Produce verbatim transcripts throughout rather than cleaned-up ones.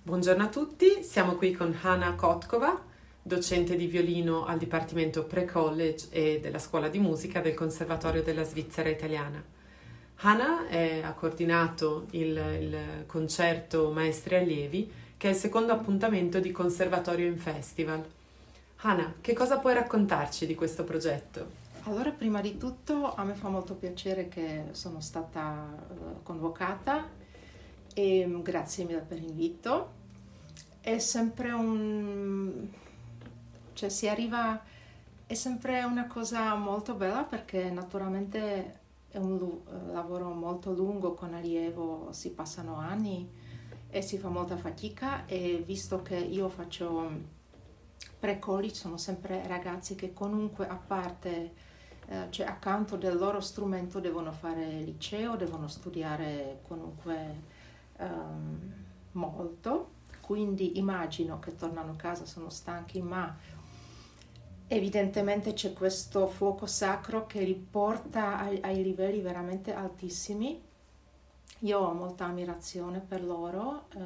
Buongiorno a tutti, siamo qui con Hanna Kotkova, docente di violino al Dipartimento Pre-College e della Scuola di Musica del Conservatorio della Svizzera Italiana. Hanna è, ha coordinato il, il concerto Maestri Allievi, che è il secondo appuntamento di Conservatorio in Festival. Hanna, che cosa puoi raccontarci di questo progetto? Allora, prima di tutto, a me fa molto piacere che sono stata uh, convocata e grazie mille per l'invito. È sempre un... cioè si arriva... è sempre una cosa molto bella perché naturalmente è un lu- lavoro molto lungo con allievo, si passano anni e si fa molta fatica, e visto che io faccio pre-college sono sempre ragazzi che comunque a parte, eh, cioè accanto del loro strumento devono fare liceo, devono studiare comunque um, molto. Quindi immagino che tornano a casa, sono stanchi, ma evidentemente c'è questo fuoco sacro che li porta ai, ai livelli veramente altissimi. Io ho molta ammirazione per loro, eh,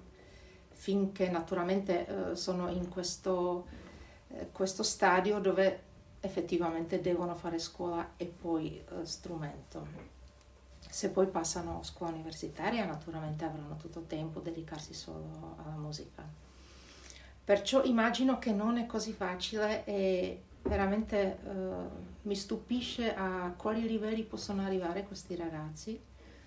finché naturalmente eh, sono in questo, eh, questo stadio dove effettivamente devono fare scuola e poi eh, strumento. Se poi passano a scuola universitaria, naturalmente avranno tutto il tempo a dedicarsi solo alla musica. Perciò immagino che non è così facile e veramente eh, mi stupisce a quali livelli possono arrivare questi ragazzi.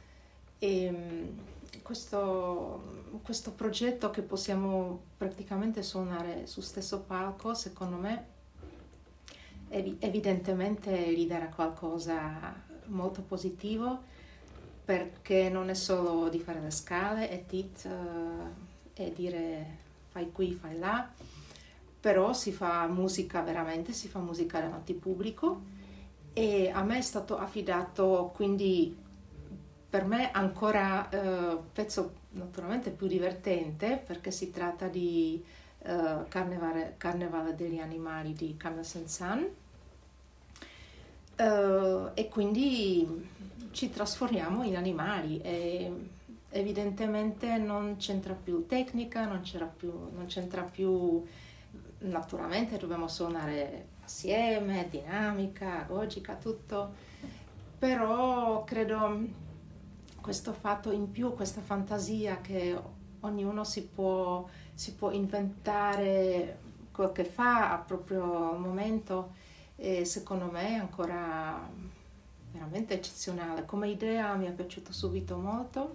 E questo, questo progetto che possiamo praticamente suonare sul stesso palco, secondo me, ev- evidentemente gli darà qualcosa molto positivo, perché non è solo di fare le scale e tit uh, e dire fai qui, fai là, però si fa musica veramente, si fa musica davanti al pubblico, e a me è stato affidato, quindi per me ancora un uh, pezzo naturalmente più divertente, perché si tratta di uh, Carnevale, Carnevale degli animali di Camille Saint-Saëns, uh, e quindi ci trasformiamo in animali e evidentemente non c'entra più tecnica, non c'era più, non c'entra più, naturalmente dobbiamo suonare assieme, dinamica, logica, tutto, però credo questo fatto in più, questa fantasia che ognuno si può, si può inventare quel che fa a proprio momento, e secondo me è ancora veramente eccezionale. Come idea mi è piaciuto subito molto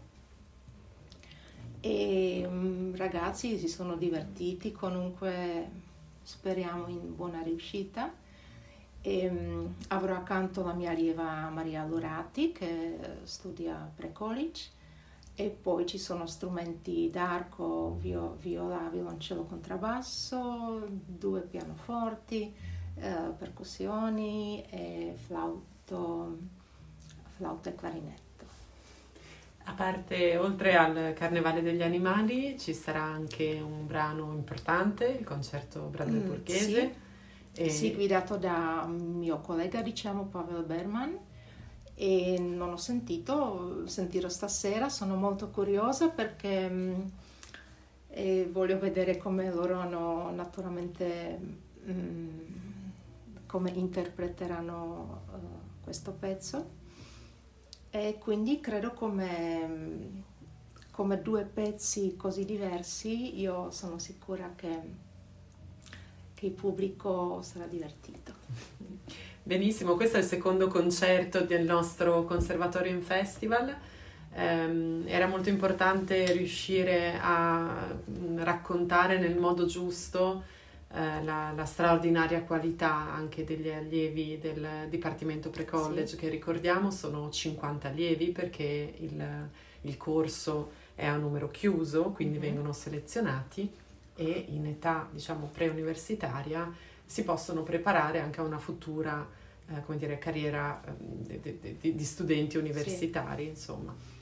e um, ragazzi si sono divertiti, comunque speriamo in buona riuscita. E, um, avrò accanto la mia allieva Maria Lurati che studia pre-college, e poi ci sono strumenti d'arco, vio- viola, violoncello, contrabbasso, due pianoforti, eh, percussioni e flauto, flauto e clarinetto. A parte, oltre al Carnevale degli Animali, ci sarà anche un brano importante, il concerto brandeburghese. Mm, sì. E... sì, guidato da un mio collega, diciamo, Pavel Berman, e non ho sentito, sentirò stasera, sono molto curiosa perché mh, e voglio vedere come loro hanno naturalmente mh, come interpreteranno uh, questo pezzo, e quindi credo come, come due pezzi così diversi io sono sicura che, che il pubblico sarà divertito. Benissimo, questo è il secondo concerto del nostro Conservatorio in Festival. Um, era molto importante riuscire a raccontare nel modo giusto uh, la, la straordinaria qualità anche degli allievi del Dipartimento Pre-College, sì. Che ricordiamo sono cinquanta allievi, perché il, il corso è a numero chiuso, quindi mm-hmm. vengono selezionati e in età, diciamo, preuniversitaria si possono preparare anche a una futura eh, come dire, carriera eh, di, di, di studenti universitari, sì. Insomma.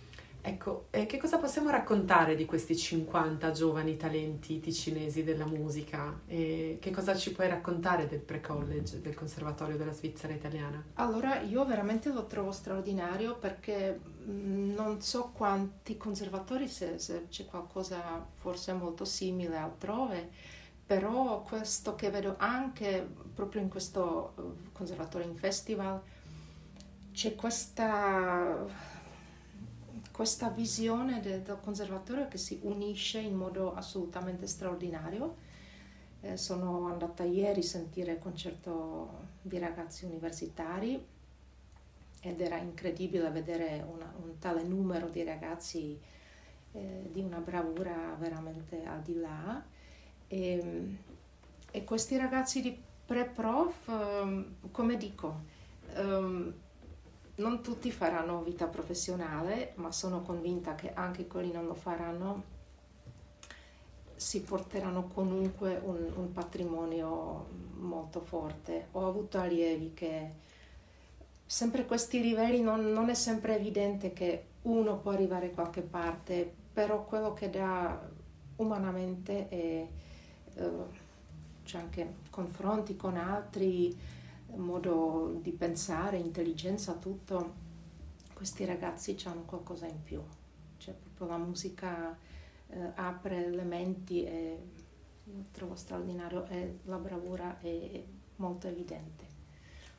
Ecco, e che cosa possiamo raccontare di questi cinquanta giovani talenti ticinesi della musica? E che cosa ci puoi raccontare del pre-college, del Conservatorio della Svizzera Italiana? Allora, io veramente lo trovo straordinario perché mh, non so quanti conservatori, se, se c'è qualcosa forse molto simile altrove, però questo che vedo anche proprio in questo uh, conservatorio in festival, c'è questa questa visione de, del conservatorio che si unisce in modo assolutamente straordinario. Eh, sono andata ieri a sentire il concerto di ragazzi universitari ed era incredibile vedere una, un tale numero di ragazzi eh, di una bravura veramente al di là. E, e questi ragazzi di pre-prof, um, come dico, um, non tutti faranno vita professionale, ma sono convinta che anche quelli non lo faranno, si porteranno comunque un, un patrimonio molto forte. Ho avuto allievi che sempre a questi livelli non, non è sempre evidente che uno può arrivare a qualche parte, però quello che dà umanamente è eh, c'è anche confronti con altri, modo di pensare, intelligenza, tutto. Questi ragazzi hanno qualcosa in più, cioè proprio la musica eh, apre le menti e lo trovo straordinario e la bravura è molto evidente.